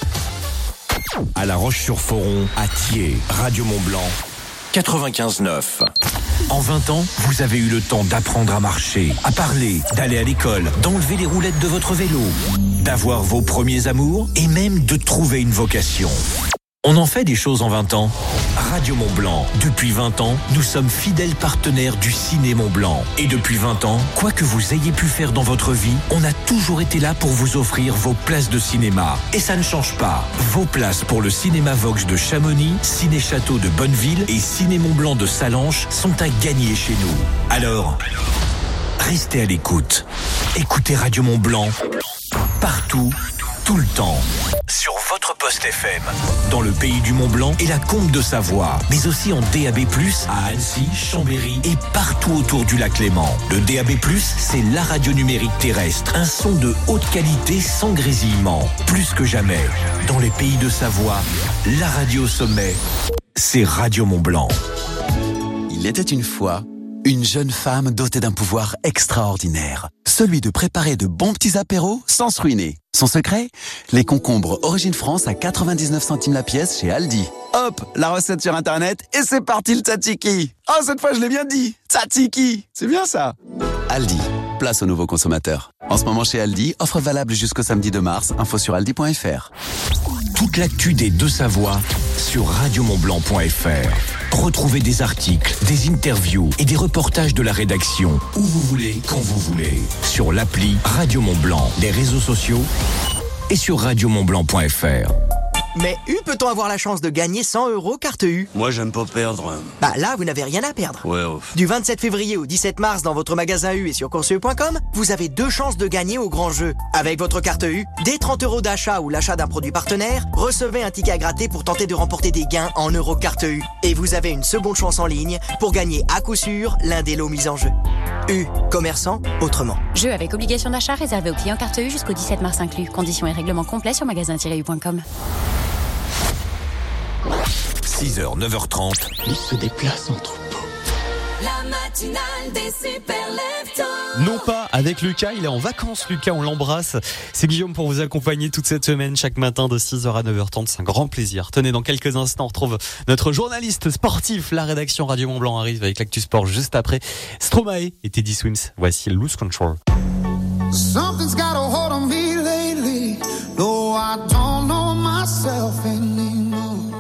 À La Roche-sur-Foron, à Thiers, Radio Mont-Blanc, 95.9. En 20 ans, vous avez eu le temps d'apprendre à marcher, à parler, d'aller à l'école, d'enlever les roulettes de votre vélo, d'avoir vos premiers amours et même de trouver une vocation. On en fait des choses en 20 ans. Radio Mont-Blanc, depuis 20 ans, nous sommes fidèles partenaires du Ciné Mont-Blanc. Et depuis 20 ans, quoi que vous ayez pu faire dans votre vie, on a toujours été là pour vous offrir vos places de cinéma. Et ça ne change pas. Vos places pour le Cinéma Vox de Chamonix, Ciné Château de Bonneville et Ciné Mont-Blanc de Sallanches sont à gagner chez nous. Alors, restez à l'écoute. Écoutez Radio Mont-Blanc, partout, tout le temps, sur votre poste FM, dans le pays du Mont-Blanc et la Combe de Savoie, mais aussi en DAB+, à Annecy, Chambéry et partout autour du lac Léman. Le DAB+, c'est la radio numérique terrestre, un son de haute qualité sans grésillement. Plus que jamais, dans les pays de Savoie, la radio au sommet, c'est Radio Mont-Blanc. Il était une fois une jeune femme dotée d'un pouvoir extraordinaire, celui de préparer de bons petits apéros sans se ruiner. Son secret ? Les concombres Origine France à 99 centimes la pièce chez Aldi. Hop, la recette sur Internet et c'est parti le tzatziki. Oh, cette fois je l'ai bien dit, tzatziki, c'est bien ça. Aldi, place aux nouveaux consommateurs. En ce moment chez Aldi, offre valable jusqu'au samedi 2 mars, info sur aldi.fr. Toute l'actu des Deux-Savoies sur radiomontblanc.fr. Retrouvez des articles, des interviews et des reportages de la rédaction où vous voulez, quand vous voulez. Sur l'appli Radio Mont-Blanc, les réseaux sociaux et sur radiomontblanc.fr. Mais U, peut-on avoir la chance de gagner 100 € carte U ? Moi, j'aime pas perdre. Bah là, vous n'avez rien à perdre. Ouais. Du 27 février au 17 mars dans votre magasin U et sur courseu.com, vous avez 2 chances de gagner au grand jeu. Avec votre carte U, dès 30 € d'achat ou l'achat d'un produit partenaire, recevez un ticket à gratter pour tenter de remporter des gains en euros carte U. Et vous avez une seconde chance en ligne pour gagner à coup sûr l'un des lots mis en jeu. U, commerçant autrement. Jeu avec obligation d'achat réservé aux clients carte U jusqu'au 17 mars inclus. Conditions et règlements complets sur magasin-u.com. 6h, 9h30. Il se déplace en troupeau. La matinale des super leftos. Non pas avec Lucas, il est en vacances Lucas, on l'embrasse. C'est Guillaume pour vous accompagner toute cette semaine, chaque matin de 6h à 9h30, c'est un grand plaisir. Tenez, dans quelques instants, on retrouve notre journaliste sportif. La rédaction Radio Mont-Blanc arrive avec l'actu sport juste après Stromae et Teddy Swims. Voici Lose Control. Something's got a hold on me lately. No, I don't know myself anymore.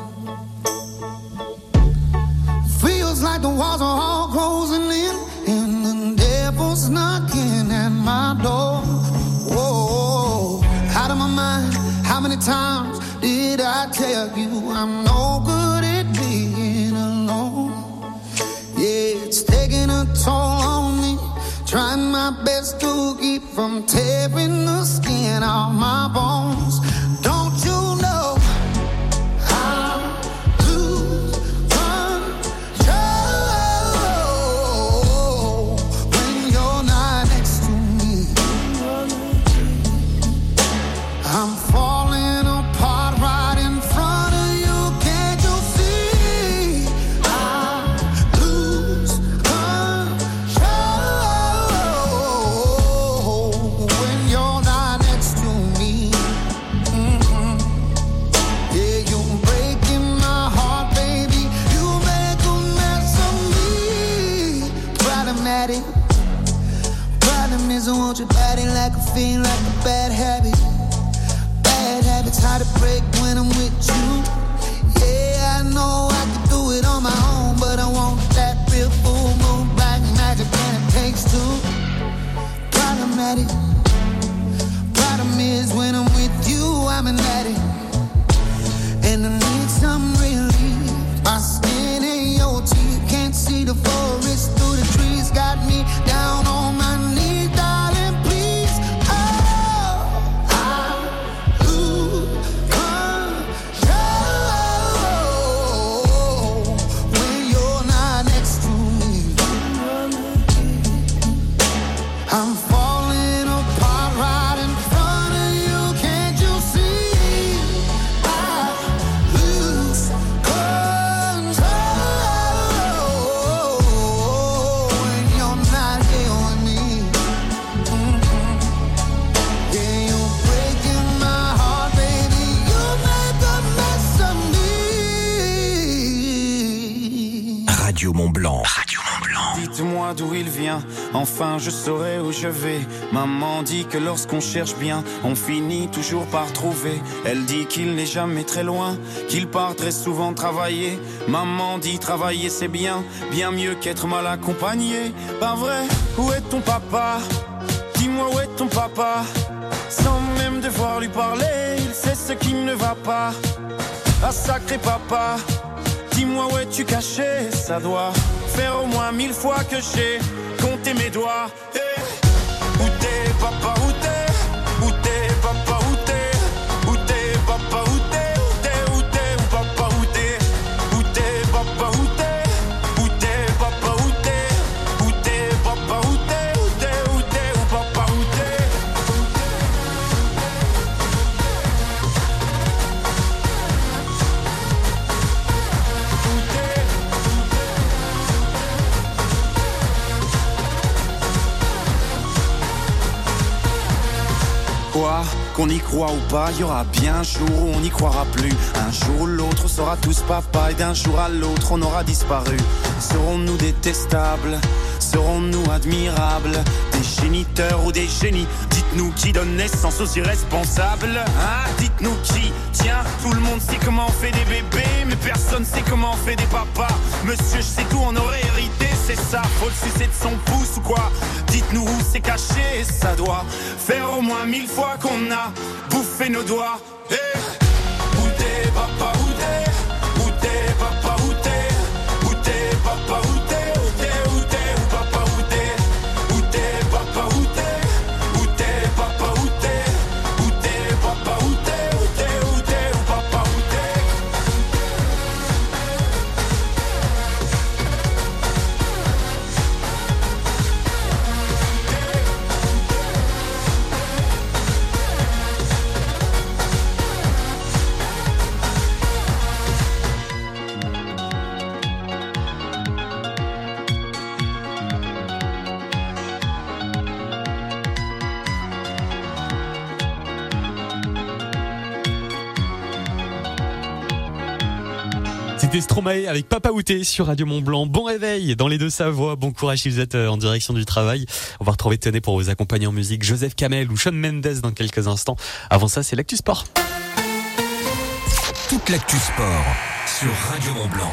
Feels like the walls are all closing in, and the devil's knocking at my door. Whoa, out of my mind. How many times did I tell you I'm no good at being alone? Yeah, it's It's taking a toll on me. Trying my best to keep from tearing the skin off my bones. Don't you know I lose control when you're not next to me? I'm falling apart right in front of you. Can't you see? I lose control when you're not next to me. Yeah, you're breaking my heart, baby. You make a mess of me. Problematic. Problem is I want your body like a fiend, like a bad habit. Bad habits hard to break when I'm with you. Yeah, I know I can do it on my own, but I want that real full moon black magic, and it takes two. Problematic. Problem is when I'm with you, I'm an addict, and I need some relief. My skin and your teeth can't see the forest through the trees. Got me down on my knees, darling, please. Oh, I lose control when you're not next to me. I'm falling apart right in front of you. Can't you see? I lose control when you're not here with me. Yeah, you're breaking my heart, baby. You make a mess of me. Radio Mont Blanc. Dites-moi d'où il vient, enfin je saurai où je vais. Maman dit que lorsqu'on cherche bien, on finit toujours par trouver. Elle dit qu'il n'est jamais très loin, qu'il part très souvent travailler. Maman dit travailler c'est bien, bien mieux qu'être mal accompagné. Pas vrai, où est ton papa? Dis-moi où est ton papa? Sans même devoir lui parler, il sait ce qui ne va pas. Ah sacré papa, dis-moi où es-tu caché? Ça doit faire au moins 1000 fois que j'ai compté mes doigts. Hey. Où t'es papa, où t'es? Où t'es papa, où t'es? Où t'es papa, où t'es? Où t'es, où t'es, où papa, où t'es? Où t'es papa, où t'es? Où t'es papa, où t'es? Où t'es papa, où t'es? Où t'es, où t'es, où papa, où t'es? Quoi qu'on y croit ou pas, il y aura bien un jour où on n'y croira plus. Un jour ou l'autre, on sera tous papa, et d'un jour à l'autre, on aura disparu. Serons-nous détestables? Serons-nous admirables? Des géniteurs ou des génies? Dites-nous qui donne naissance aux irresponsables, hein? Dites-nous qui? Tiens, tout le monde sait comment on fait des bébés, mais personne sait comment on fait des papas. Monsieur, je sais tout, on aurait hérité, c'est ça. Faut le sucer de son pouce ou quoi? Dites-nous où c'est caché, ça doit faire au moins 1000 fois qu'on a bouffé nos doigts. Hey. Où t'es papa, où t'es? Où t'es papa, où t'es? Où t'es papa, où t'es? Où t'es, où t'es, où papa, où t'es? Où t'es papa, où t'es? Où t'es papa, où t'es? Où t'es papa, où t'es? Où t'es, où t'es, où papa, où t'es? C'était Stromae avec Papa Outé sur Radio Mont Blanc. Bon réveil dans les Deux-Savoie. Bon courage si vous êtes en direction du travail. On va retrouver Téné pour vous accompagner en musique. Joseph Kamel ou Shawn Mendes dans quelques instants. Avant ça, c'est l'actu sport. Toute l'actu sport sur Radio Mont Blanc.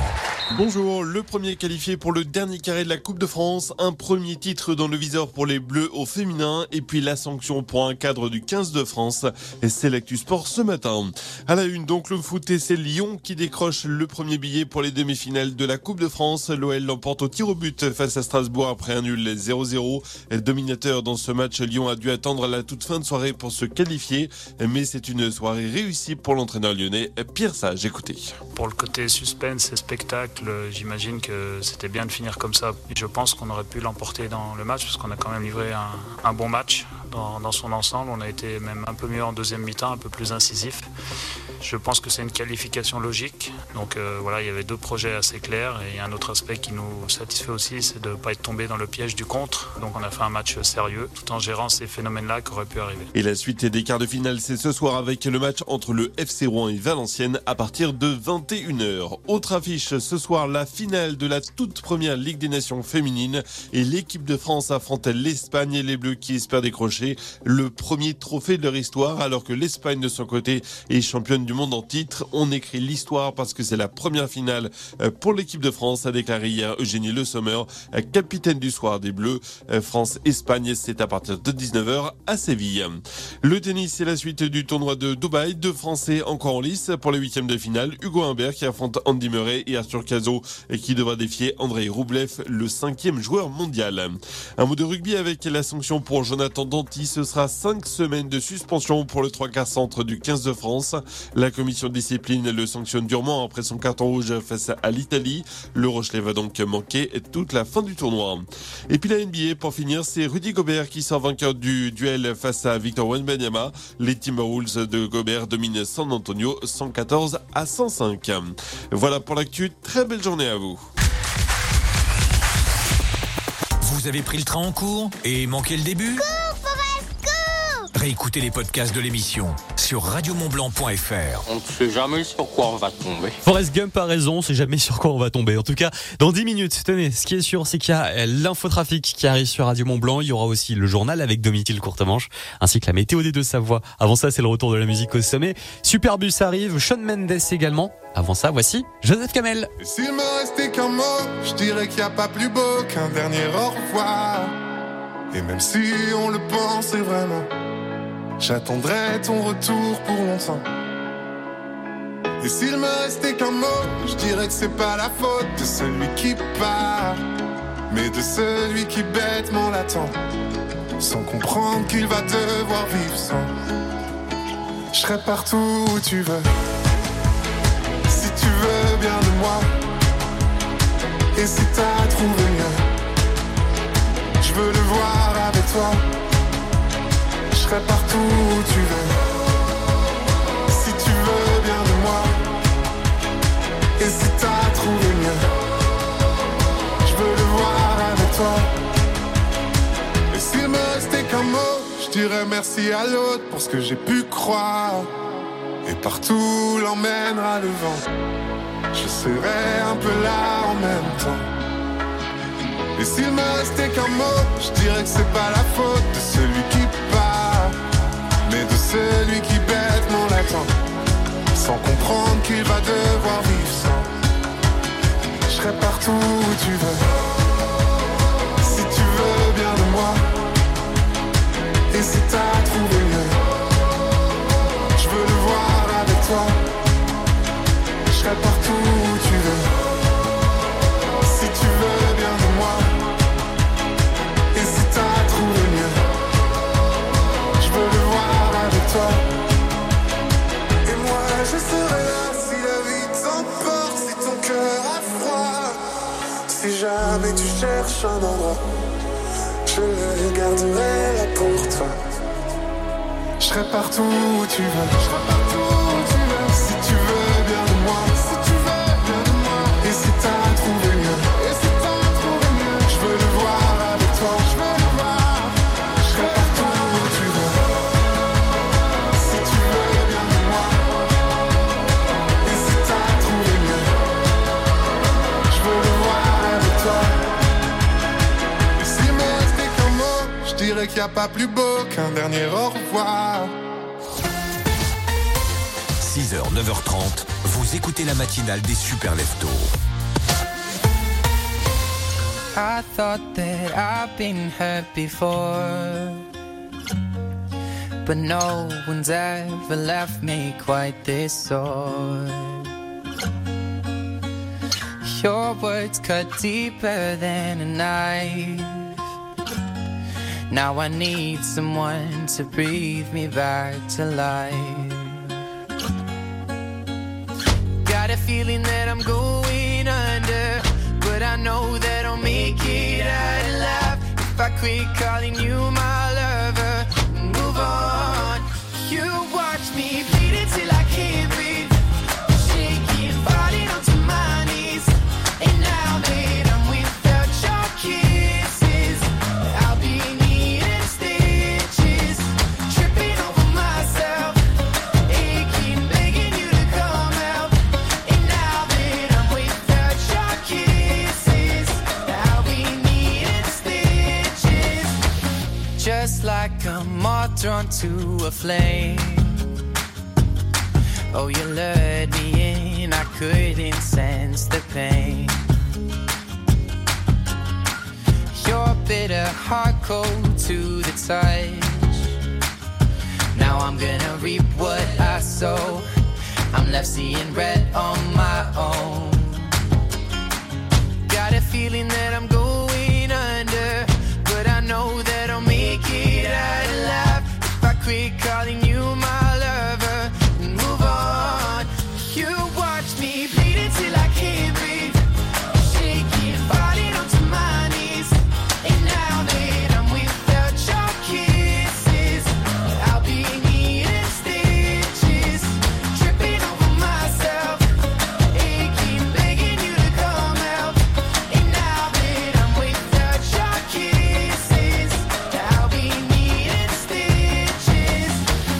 Bonjour, le premier qualifié pour le dernier carré de la Coupe de France, un premier titre dans le viseur pour les Bleus au féminin et puis la sanction pour un cadre du 15 de France. Et c'est l'actu sport ce matin. À la une donc le foot et c'est Lyon qui décroche le premier billet pour les demi-finales de la Coupe de France. L'OL l'emporte au tir au but face à Strasbourg après un nul 0-0. Dominateur dans ce match, Lyon a dû attendre la toute fin de soirée pour se qualifier. Mais c'est une soirée réussie pour l'entraîneur lyonnais Pierre Sage. Écoutez. Pour le côté suspense et spectacle, j'imagine que c'était bien de finir comme ça. Je pense qu'on aurait pu l'emporter dans le match parce qu'on a quand même livré un bon match dans son ensemble. On a été même un peu mieux en deuxième mi-temps, un peu plus incisif. Je pense que c'est une qualification logique. Donc voilà, il y avait deux projets assez clairs et un autre aspect qui nous satisfait aussi, c'est de ne pas être tombé dans le piège du contre. Donc on a fait un match sérieux tout en gérant ces phénomènes-là qui auraient pu arriver. Et la suite des quarts de finale, c'est ce soir avec le match entre le FC Rouen et Valenciennes à partir de 21h. Autre affiche ce soir, la finale de la toute première Ligue des Nations féminine et l'équipe de France affronte l'Espagne et les Bleus qui espèrent décrocher le premier trophée de leur histoire alors que l'Espagne de son côté est championne du monde en titre. On écrit l'histoire parce que c'est la première finale pour l'équipe de France, a déclaré hier Eugénie Le Sommer, capitaine du soir des Bleus. France-Espagne, c'est à partir de 19h à Séville. Le tennis, c'est la suite du tournoi de Dubaï. Deux Français encore en lice pour les huitièmes de finale. Hugo Humbert qui affronte Andy Murray et Arthur Cazot qui devra défier Andrei Rublev, le 5e joueur mondial. Un mot de rugby avec la sanction pour Jonathan Danty. Ce sera 5 semaines de suspension pour le 3/4 centre du 15 de France. La commission de discipline le sanctionne durement après son carton rouge face à l'Italie. Le Rochelais va donc manquer toute la fin du tournoi. Et puis la NBA, pour finir, c'est Rudy Gobert qui sort vainqueur du duel face à Victor Wembanyama. Les Timberwolves de Gobert dominent San Antonio 114-105. Voilà pour l'actu. Très belle journée à vous. Vous avez pris le train en cours et manqué le début ? Réécoutez les podcasts de l'émission sur radiomontblanc.fr. On ne sait jamais sur quoi on va tomber. Forrest Gump a raison, c'est jamais sur quoi on va tomber. En tout cas, dans 10 minutes, tenez, ce qui est sûr, c'est qu'il y a l'infotrafic qui arrive sur Radio Mont-Blanc. Il y aura aussi le journal avec Domitil Courtemanche, ainsi que la météo des Deux-Savoie. Avant ça, c'est le retour de la musique au sommet. Superbus arrive, Shawn Mendes également. Avant ça, voici Joseph Kamel. Et s'il me restait qu'un mot, je dirais qu'il n'y a pas plus beau qu'un dernier au revoir. Et même si on le pensait vraiment, j'attendrai ton retour pour longtemps. Et s'il me restait qu'un mot, je dirais que c'est pas la faute de celui qui part, mais de celui qui bêtement l'attend, sans comprendre qu'il va devoir vivre sans. Je serai partout où tu veux, si tu veux bien de moi. Et si t'as trouvé mieux, je veux le voir avec toi. Je serai partout où tu veux, si tu veux bien de moi. Et si t'as trouvé mieux, je veux le voir avec toi. Et s'il me restait qu'un mot, je dirais merci à l'autre pour ce que j'ai pu croire. Et partout l'emmènera le vent, je serai un peu là en même temps. Et s'il me restait qu'un mot, je dirais que c'est pas la faute de celui qui part, mais de celui qui bêtement l'attend, sans comprendre qu'il va devoir vivre sans. Je serai partout où tu veux, si tu veux bien de moi. Et si t'as trouvé mieux, je veux le voir avec toi. Je serai partout où tu veux, si tu veux bien de moi. Et si t'as trouvé mieux, je veux le voir avec toi. Et moi je serai là si la vie t'emporte, si ton cœur a froid. Si jamais tu cherches un endroit, je le garderai là pour toi. Je serai partout où tu veux, je serai partout où tu veux. Si tu veux bien de moi, si tu veux bien de moi. Et si t'as trouvé mieux, et si t'as trouvé mieux, je veux le voir avec toi, je veux le voir. Je serai partout où tu veux, si tu veux bien de moi. Et si t'as trouvé mieux, je veux le voir avec toi. Et s'il me restait qu'un mot, je dirais qu'il n'y a pas plus beau qu'un dernier au revoir. 6h, 9h30, vous écoutez la matinale des Super Leftos. I thought that I've been hurt before, but no one's ever left me quite this sore. Your words cut deeper than a knife. Now I need someone to breathe me back to life. Got a feeling that I'm going under, but I know that I'll make it out alive if I quit calling you my lover and move on. You watch me bleed till I can't breathe, shaking, falling onto my knees. And now that I'm without your kisses, I'll be needing stitches, tripping over myself, aching, begging you to come out. And now that I'm without your kisses, I'll be needing stitches, just like a moth drawn to a flame. Oh, you lured me in, I couldn't sense the pain. Your bitter heart cold to the touch. Now I'm gonna reap what I sow. I'm left seeing red on my own. Got a feeling that I'm going under, but I know that I'll make it out alive if I quit calling you my lover and move on. You watch me bleed till I can't breathe, shaking, falling onto my knees. And now that I'm without your kisses, I'll be needing stitches, tripping over myself, aching, begging you to come out. And now that I'm without your kisses, I'll be needing stitches.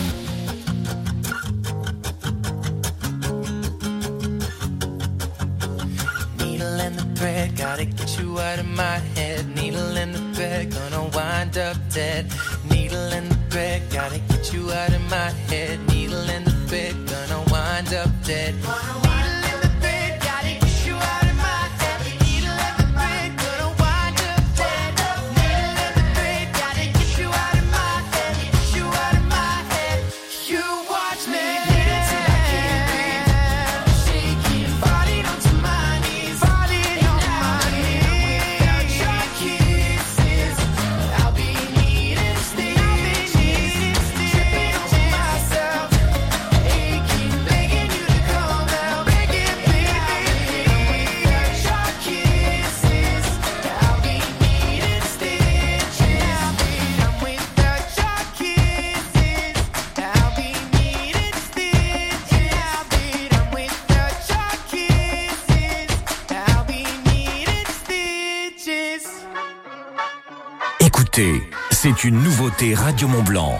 Needle in the thread, gotta get you out of my head. Needle in the thread, gonna wind up dead. Needle in the thread, gotta get you out of my head. Needle in the thread, gonna wind up dead. Needle in the thread, gotta get you out of my head. Needle in the thread, gonna wind up dead. Needle in the thread, gotta get you out of my head. Get you out of my head. You watch me bleed till I can't breathe, shaking, falling onto my knees, falling on my knees. Without your kisses, I'll be needing stitches, tripping over myself, aching, begging you to come out, begging, begging. Without your kisses, I'll be needing stitches. I'm without your kisses, I'll be needing stitches. I'm without your kisses, I'll be needing stitches. Écoutez, c'est une nouveauté Radio Mont Blanc.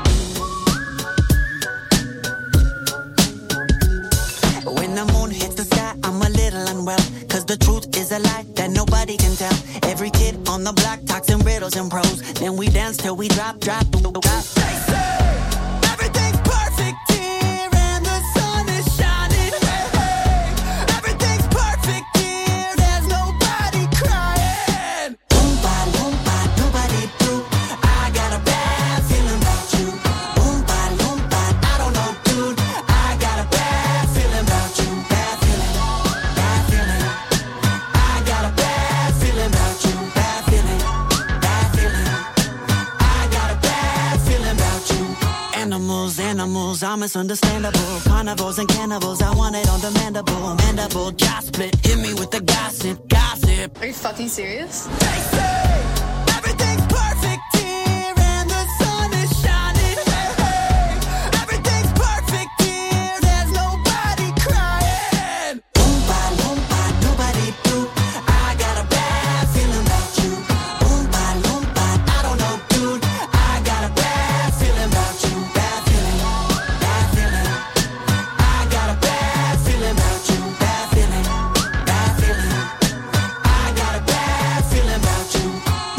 When the moon hits the sky, I'm a little unwell. Cause the truth is a lie that nobody can tell. Every kid on the block talks in riddles and prose. Then we dance till we drop. They say everything's perfect here and the sun is shining. Hey, hey. Everything's perfect here, there's nobody crying. Oompa loompa, nobody do. I got a bad feeling about you. Oompa loompa, I don't know, dude. I got a bad feeling about you. Bad feeling, bad feeling. I got a bad feeling about you. Bad feeling, bad feeling. I got a bad feeling about you. Animals are misunderstandable. Carnivores and cannibals, I want it on the mandible, jaw split. Hit me with the gossip. Are you fucking serious? They say everything's perfect here and the sun is shining. Hey, hey. Everything's perfect here, there's nobody crying. Oompa loompa, nobody do. I got a bad feeling about you. Oompa loompa, I don't know, dude. I got a bad feeling about you. Bad feeling, bad feeling. I got a bad feeling about you. Bad feeling, bad feeling. I got a bad feeling about you.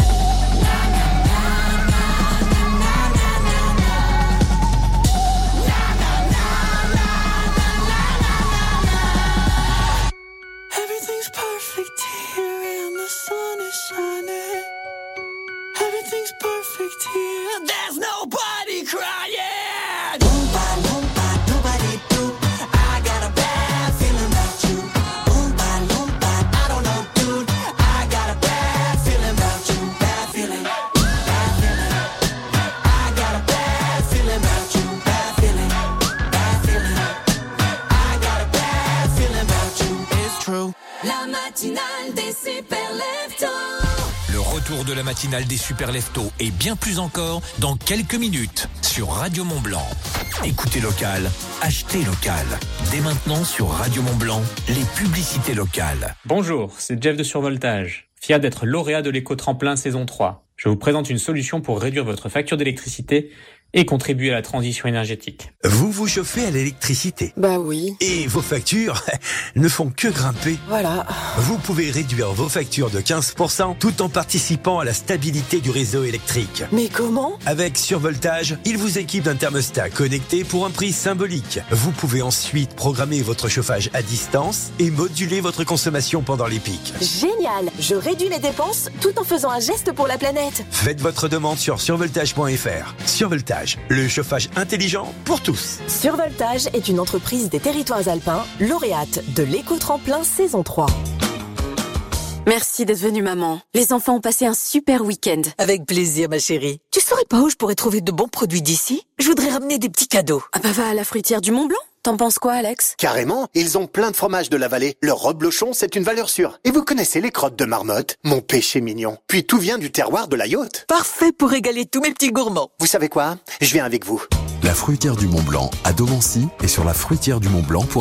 matinale des super leftos. Le retour de la matinale des super leftos et bien plus encore dans quelques minutes sur Radio Mont-Blanc. Écoutez local, achetez local. Dès maintenant sur Radio Mont-Blanc, les publicités locales. Bonjour, c'est Jeff de Survoltage. Fier d'être lauréat de l'éco-tremplin saison 3. Je vous présente une solution pour réduire votre facture d'électricité et contribuer à la transition énergétique. Vous vous chauffez à l'électricité? Bah oui. Et vos factures ne font que grimper. Voilà. Vous pouvez réduire vos factures de 15% tout en participant à la stabilité du réseau électrique. Mais comment? Avec Survoltage, il vous équipe d'un thermostat connecté pour un prix symbolique. Vous pouvez ensuite programmer votre chauffage à distance et moduler votre consommation pendant les pics. Génial! Je réduis les dépenses tout en faisant un geste pour la planète. Faites votre demande sur survoltage.fr. Survoltage, le chauffage intelligent pour tous. Survoltage est une entreprise des territoires alpins, lauréate de l'éco-tremplin saison 3. Merci d'être venue, maman. Les enfants ont passé un super week-end. Avec plaisir, ma chérie. Tu saurais pas où je pourrais trouver de bons produits d'ici? Je voudrais ramener des petits cadeaux. Ah bah va à la fruitière du Mont-Blanc. T'en penses quoi, Alex? Carrément, ils ont plein de fromages de la vallée. Leur reblochon, c'est une valeur sûre. Et vous connaissez les crottes de marmotte? Mon péché mignon. Puis tout vient du terroir de la Yaute. Parfait pour régaler tous mes petits gourmands. Vous savez quoi? Je viens avec vous. La fruitière du Mont-Blanc à Domancy et sur la fruitière du Mont-Blanc.